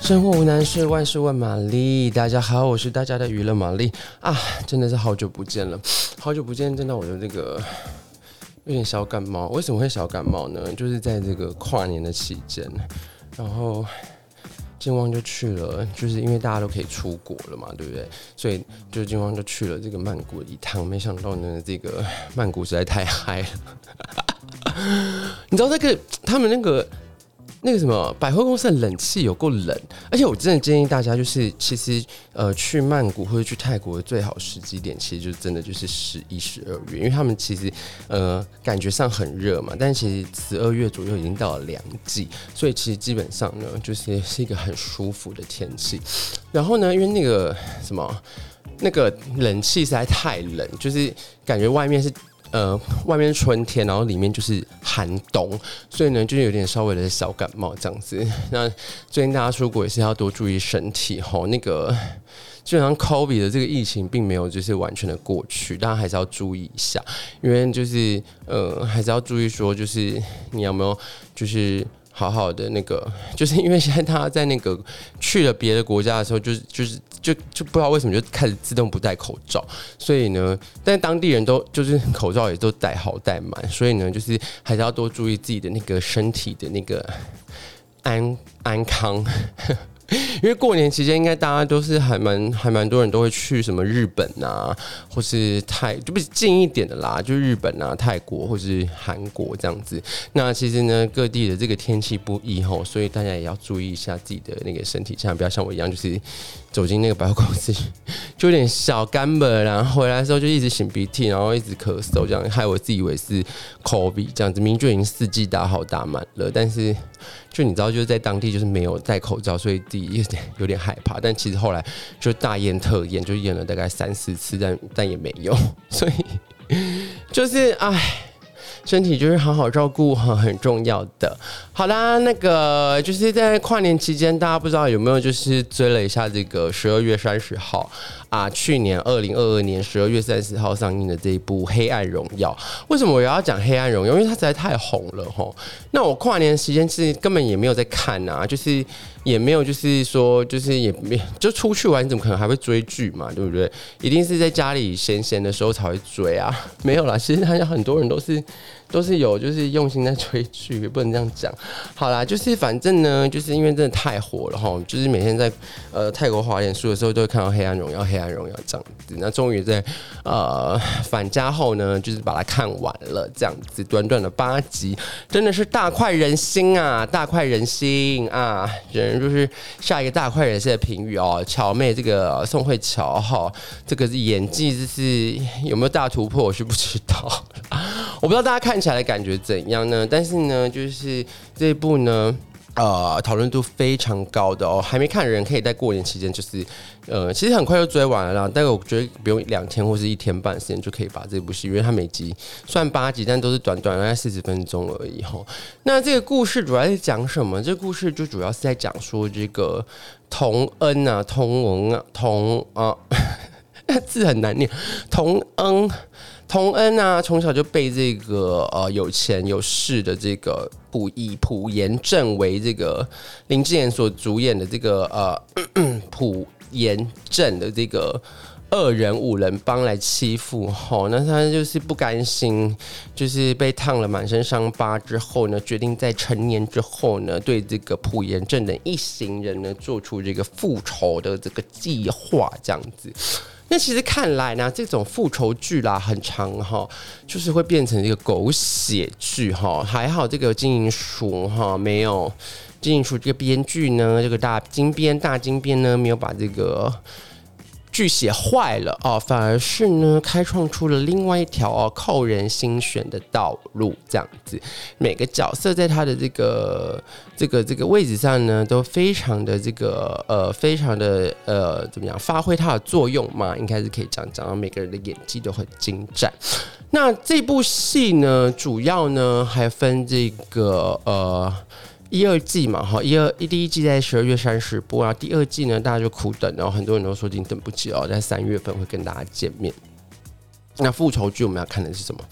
生活无难事，万事问玛丽。大家好，我是大家的娱乐玛丽啊，真的是好久不见了，好久不见，真的我的这个有点小感冒。为什么会小感冒呢？就是在这个跨年的期间，然后金旺就去了，就是因为大家都可以出国了嘛，对不对？所以就金旺就去了这个曼谷一趟。没想到呢，这个曼谷实在太嗨了。你知道那个他们那个什么百货公司的冷气有够冷，而且我真的建议大家，就是其实去曼谷或者去泰国的最好时机点，其实就真的就是11、12月，因为他们其实感觉上很热嘛，但其实12月左右已经到了凉季，所以其实基本上呢，就是一个很舒服的天气。然后呢，因为那个什么那个冷气实在太冷，就是感觉外面是。外面是春天，然后里面就是寒冬，所以呢，就是有点稍微的小感冒这样子。那最近大家出国也是要多注意身体吼，那个基本上 COVID 的这个疫情并没有就是完全的过去，大家还是要注意一下，因为就是还是要注意说，就是你有没有就是好好的那个，就是因为现在大家在那个去了别的国家的时候，就不知道为什么就开始自动不戴口罩，所以呢，但是当地人都就是口罩也都戴好戴满，所以呢，就是还是要多注意自己的那个身体的那个安康。因为过年期间，应该大家都是还蛮多人都会去什么日本啊，或是就不是近一点的啦，就日本啊、泰国或是韩国这样子。那其实呢，各地的这个天气不一吼，所以大家也要注意一下自己的那个身体，千万不要像我一样，就是走进那个百货公司就有点小干巴，然后回来的时候就一直擤鼻涕，然后一直咳嗽，这样害我自以为是 COVID 这样子，明明就已经4季打好打满了，但是就你知道，就是在当地就是没有戴口罩，所以自己有点害怕。但其实后来就大验特验，就验了大概3、4次，但也没有，所以就是身体就是好好照顾很重要的。好啦，那个就是在跨年期间，大家不知道有没有就是追了一下这个12月30号啊，去年2022年12月30号上映的这一部《黑暗荣耀》。为什么我要讲《黑暗荣耀》？因为它实在太红了齁。那我跨年时间是根本也没有在看啊，就是也没有就是说就是也没就出去玩，你怎么可能还会追剧嘛？对不对？一定是在家里闲的时候才会追啊。没有啦，其实好像很多人都是有就是用心在追剧，也不能这样讲。好啦，就是反正呢，就是因为真的太火了齁，就是每天在泰国滑脸书的时候都会看到《黑暗荣耀》这样子。那终于在返家后呢，就是把它看完了这样子，短短的8集，真的是大快人心啊！大快人心啊！人就是下一个大快人心的评语哦。乔妹这个宋慧乔哈，这个演技就是有没有大突破，我是不知道。我不知道大家看起来的感觉怎样呢？但是呢，就是这一部呢，讨论度非常高的哦。还没看的人可以在过年期间，就是其实很快就追完了啦。但我觉得不用2天或是1天半时间就可以把这部戏，因为它每集算8集，但都是短大概40分钟而已哈。那这个故事主要是讲什么？这个故事就主要是在讲说这个童恩啊，字很难念，童恩啊，从小就被这个有钱有势的这个以朴妍正为这个林志妍所主演的这个朴妍正的这个2人5人帮来欺负吼，那他就是不甘心，就是被烫了满身伤疤之后呢，决定在成年之后呢，对这个朴妍正等一行人呢做出这个复仇的这个计划，这样子。那其实看来呢，这种复仇剧啦，很长哈，就是会变成一个狗血剧哈。还好这个金银鼠哈没有，金银鼠这个编剧呢，这个大金编呢没有把这个剧写坏了哦，反而是呢开创出了另外一条扣人心弦的道路，这样子。每个角色在他的这个位置上呢，都非常的非常的怎么样发挥它的作用嘛，应该是可以这样讲。每个人的演技都很精湛。那这部戏呢，主要呢还分这个1、2季嘛，第一季在12月30播啊，第2季呢大家就苦等，然后很多人都说已经等不及了，在3月份会跟大家见面。那复仇剧我们要看的是什么？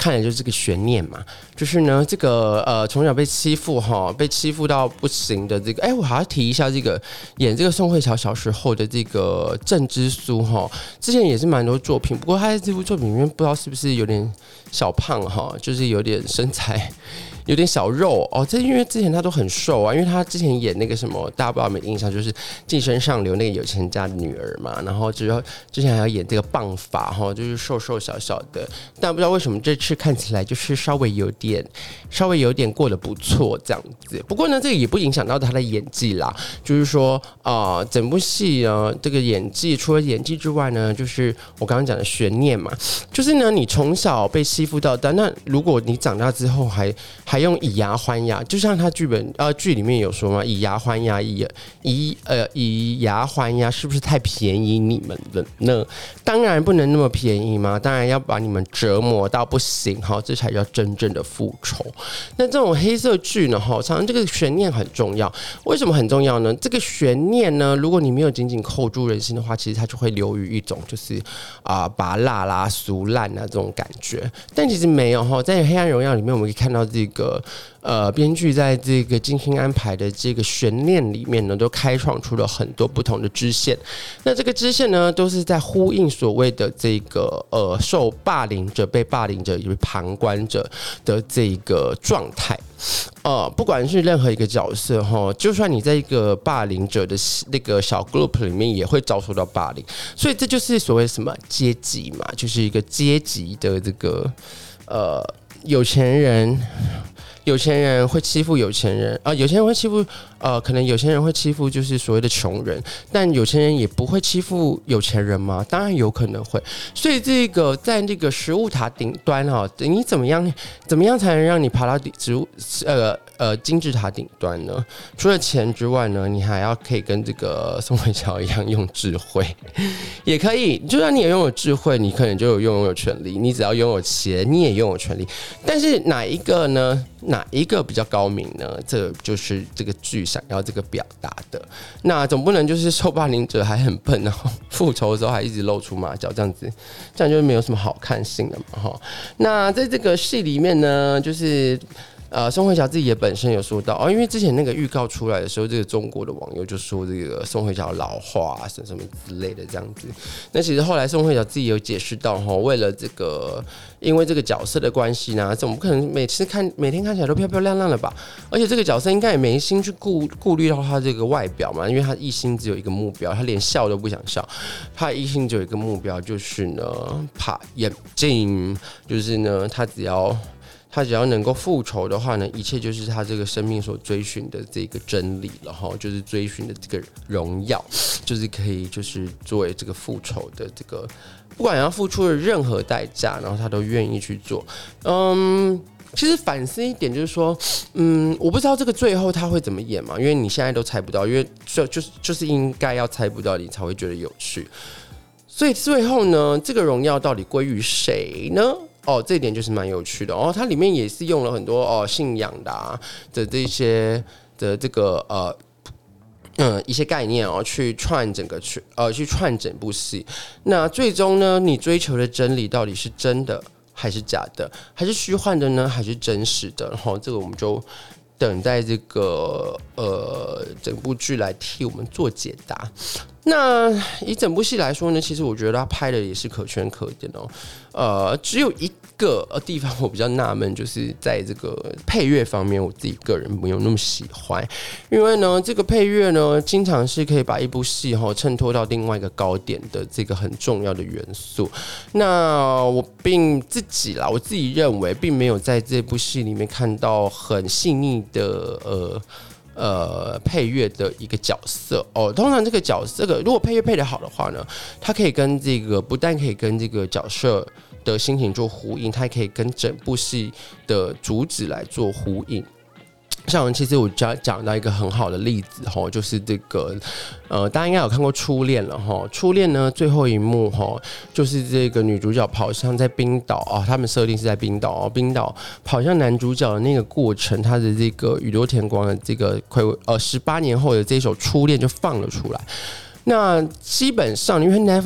看的就是这个悬念嘛，就是呢这个从小被欺负被欺负到不行的这个，我还要提一下这个演这个宋慧乔小时候的这个郑之苏之前也是蛮多作品，不过他在这部作品里面不知道是不是有点小胖就是有点身材。有点小肉这因为之前他都很瘦啊，因为他之前演那个什么，大家不知道有没有印象，就是《寄生上流》那个有钱家的女儿嘛，然后之前还要演这个棒法就是瘦瘦小小的，但不知道为什么这次看起来就是稍微有点过得不错这样子。不过呢，这个也不影响到他的演技啦，就是说整部戏呢，这个演技除了演技之外呢，就是我刚刚讲的悬念嘛，就是呢，你从小被欺负到大，那如果你长大之后还用以牙还牙，就像他剧里面有说嘛，以牙还牙，以牙还牙，是不是太便宜你们了呢？当然不能那么便宜嘛，当然要把你们折磨到不行这才叫真正的复仇。那这种黑色剧呢常常这个悬念很重要。为什么很重要呢？这个悬念呢，如果你没有紧紧扣住人心的话，其实它就会流于一种就是拔辣啦、俗烂啊这种感觉。但其实没有在《黑暗荣耀》里面，我们可以看到这个编剧在这个精心安排的这个悬念里面呢，都开创出了很多不同的支线。那这个支线呢，都是在呼应所谓的这个受霸凌者、被霸凌者以及旁观者的这个状态。不管是任何一个角色就算你在一个霸凌者的那个小 group 里面，也会遭受到霸凌。所以这就是所谓什么阶级嘛，就是一个阶级的这个有钱人会欺负有钱人有钱人会欺负可能有钱人会欺负就是所谓的穷人，但有钱人也不会欺负有钱人吗？当然有可能会。所以这个在这个食物塔顶端你怎么样才能让你爬到金字塔顶端呢？除了钱之外呢，你还要可以跟这个宋慧乔一样用智慧，也可以。就算你也拥有智慧，你可能就拥有权利；你只要拥有钱，你也拥有权利。但是哪一个呢？哪一个比较高明呢？这就是这个剧想要这个表达的。那总不能就是受霸凌者还很笨，然后复仇的时候还一直露出马脚，这样就没有什么好看性了嘛那在这个戏里面呢，就是宋慧乔自己也本身有说到因为之前那个预告出来的时候，这个中国的网友就说这个宋慧乔老化什么之类的这样子。那其实后来宋慧乔自己有解释到为了这个因为这个角色的关系呢，怎么可能每天看起来都漂漂亮亮的吧？而且这个角色应该也没心去顾虑到他这个外表嘛，因为他一心只有一个目标，他连笑都不想笑，他一心只有一个目标，就是呢爬眼镜，就是呢他只要能够复仇的话呢，一切就是他这个生命所追寻的这个真理了就是追寻的这个荣耀，就是可以就是作为这个复仇的这个，不管要付出的任何代价，然后他都愿意去做。其实反思一点就是说，我不知道这个最后他会怎么演嘛，因为你现在都猜不到，因为就是应该要猜不到，你才会觉得有趣。所以最后呢，这个荣耀到底归于谁呢？这一点就是蛮有趣的它里面也是用了很多信仰的这些的这个一些概念去串整部戏。那最终呢，你追求的真理到底是真的还是假的，还是虚幻的呢，还是真实的？这个我们就等待这个整部剧来替我们做解答。那以整部戏来说呢，其实我觉得他拍的也是可圈可点只有一个地方我比较纳闷，就是在这个配乐方面，我自己个人没有那么喜欢，因为呢，这个配乐呢，经常是可以把一部戏衬托到另外一个高点的这个很重要的元素。那我自己认为，并没有在这部戏里面看到很细腻的配乐的一个角色通常这个角色如果配乐配得好的话呢，它可以跟这个不但可以跟这个角色的心情做呼应，它还可以跟整部戏的主旨来做呼应。像其实我讲到一个很好的例子就是这个大家应该有看过《初恋》了初恋呢最后一幕就是这个女主角跑向在冰岛他们设定是在冰岛冰岛跑向男主角的那个过程，他的这个宇多田光的这个18年后的这首《初恋》就放了出来。那基本上因为 Netflix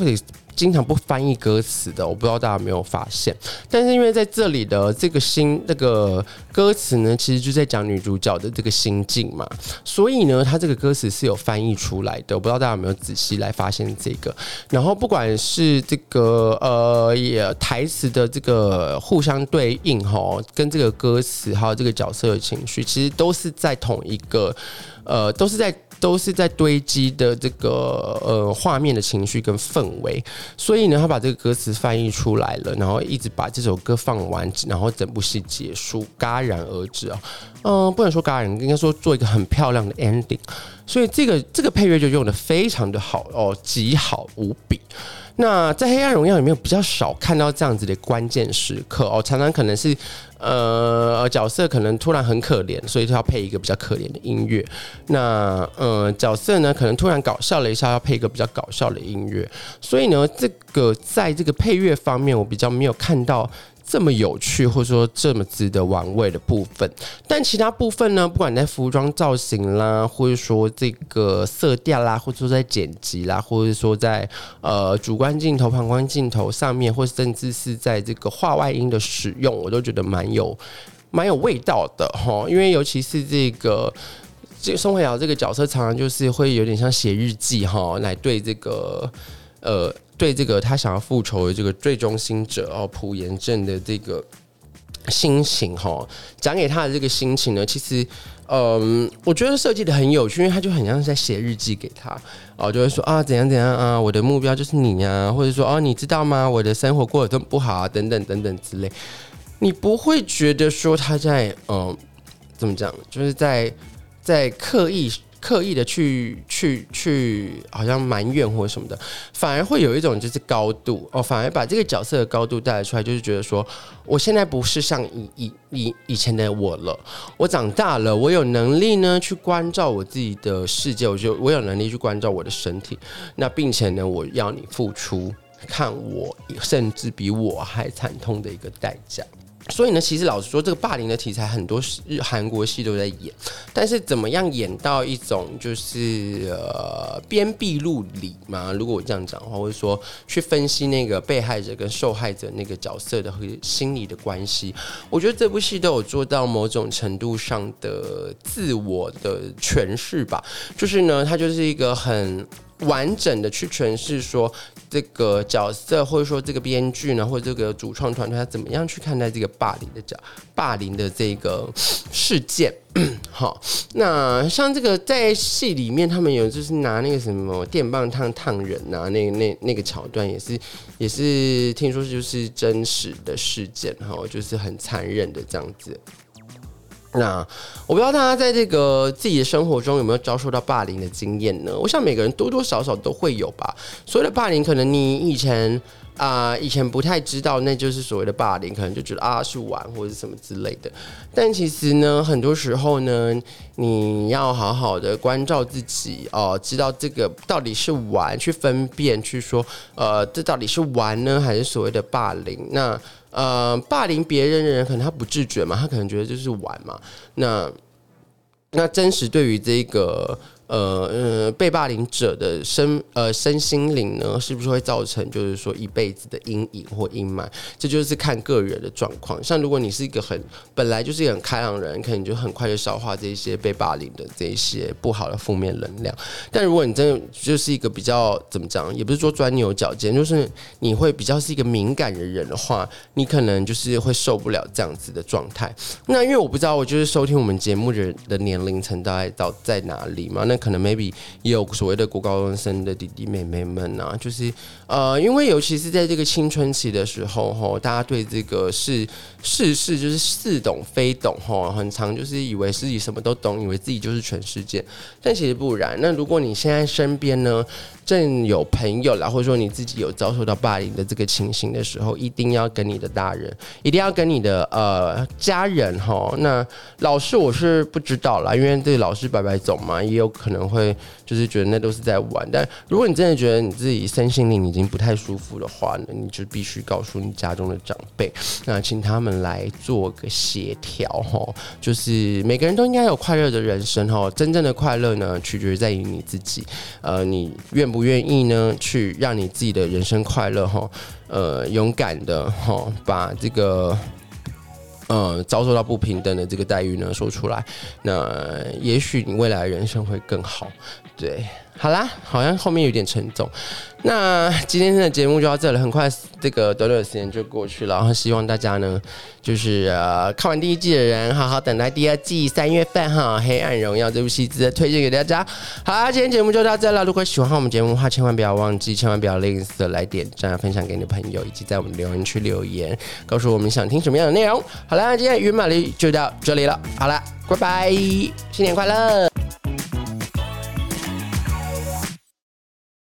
经常不翻译歌词的，我不知道大家有没有发现。但是因为在这里的这个歌词呢，其实就在讲女主角的这个心境嘛，所以呢，它这个歌词是有翻译出来的。我不知道大家有没有仔细来发现这个。然后不管是这个也台词的这个互相对应哈，跟这个歌词还有这个角色的情绪，其实都是在同一个都是在堆积的这个画面的情绪跟氛围，所以呢，他把这个歌词翻译出来了，然后一直把这首歌放完，然后整部戏结束，戛然而止不能说戛然，应该说做一个很漂亮的 ending。所以这个配乐就用的非常的好极好无比。那在《黑暗荣耀》里面比较少看到这样子的关键时刻常常可能是角色可能突然很可怜，所以就要配一个比较可怜的音乐。那角色呢可能突然搞笑了一下，要配一个比较搞笑的音乐。所以呢，这个在这个配乐方面，我比较没有看到这么有趣，或者说这么值得玩味的部分。但其他部分呢，不管在服装造型啦，或者说这个色调啦，或者说在剪辑啦，或者说在主观镜头、旁观镜头上面，或甚至是在这个画外音的使用，我都觉得蛮有味道的齁。因为尤其是这个宋慧乔这个角色，常常就是会有点像写日记齁，来对这个他想要复仇的这个最终心者朴妍正的这个心情讲给他的这个心情呢，其实我觉得设计的很有趣，因为他就很像是在写日记给他就会说怎样怎样我的目标就是你啊，或者说你知道吗，我的生活过得这么不好等等等等之类，你不会觉得说他在怎么讲，就是在刻意的去好像埋怨或什么的，反而会有一种就是高度反而把这个角色的高度带出来，就是觉得说我现在不是像以前的我了，我长大了，我有能力呢去关照我自己的世界，我有能力去关照我的身体，那并且呢，我要你付出看我甚至比我还惨痛的一个代价。所以呢，其实老实说，这个霸凌的题材很多韩国戏都在演，但是怎么样演到一种就是鞭辟入里嘛？如果我这样讲的话，或者说去分析那个被害者跟受害者那个角色的心理的关系，我觉得这部戏都有做到某种程度上的自我的诠释吧。就是呢，它就是一个很完整的去诠释说这个角色，或者说这个编剧呢，或者这个主创团队，他怎么样去看待这个霸凌的这个事件。好，那像这个在戏里面，他们有就是拿那个什么电棒烫人啊，那个桥段也是听说就是真实的事件就是很残忍的这样子。那我不知道大家在这个自己的生活中有没有遭受到霸凌的经验呢？我想每个人多多少少都会有吧。所谓的霸凌，可能你以前不太知道，那就是所谓的霸凌，可能就觉得是玩或者什么之类的。但其实呢，很多时候呢，你要好好的关照自己知道这个到底是玩，去分辨，去说这到底是玩呢，还是所谓的霸凌？那霸凌别人的人，可能他不自觉嘛，他可能觉得就是玩嘛。那真实对于这个被霸凌者的身心灵呢，是不是会造成就是说一辈子的阴影或阴霾？这就是看个人的状况。像如果你是一个本来就是一个很开朗的人，可能你就很快就消化这些被霸凌的这些不好的负面能量。但如果你真的就是一个比较怎么讲，也不是说钻牛角尖，就是你会比较是一个敏感的人的话，你可能就是会受不了这样子的状态。那因为我不知道，我就是收听我们节目的年龄层大概在哪里嘛？那可能 maybe 也有所谓的国高中生的弟弟妹妹们啊，就是因为尤其是在这个青春期的时候大家对这个世事就是似懂非懂很常就是以为自己什么都懂，以为自己就是全世界，但其实不然。那如果你现在身边呢正有朋友啦，或者说你自己有遭受到霸凌的这个情形的时候，一定要跟你的大人，一定要跟你的家人那老师我是不知道啦，因为这个老师白白走嘛，也有可可能会就是觉得那都是在玩。但如果你真的觉得你自己身心灵已经不太舒服的话呢，你就必须告诉你家中的长辈，那请他们来做个协调哈。就是每个人都应该有快乐的人生哈，真正的快乐呢，取决于在于你自己。你愿不愿意呢，去让你自己的人生快乐哈？勇敢的哈，把这个。遭受到不平等的这个待遇呢说出来，那也许你未来的人生会更好。对，好啦，好像后面有点沉重。那今天的节目就到这了，很快这个短短的时间就过去了。然后希望大家呢，就是看完第一季的人，好好等待第二季3月份哈，《黑暗荣耀》这部戏值得推荐给大家。好啦，今天节目就到这了。如果喜欢我们节目的话，千万不要忘记，千万不要吝啬来点赞、分享给你的朋友，以及在我们留言区留言，告诉我们想听什么样的内容。好啦，今天云玛丽就到这里了。好啦，拜拜，新年快乐！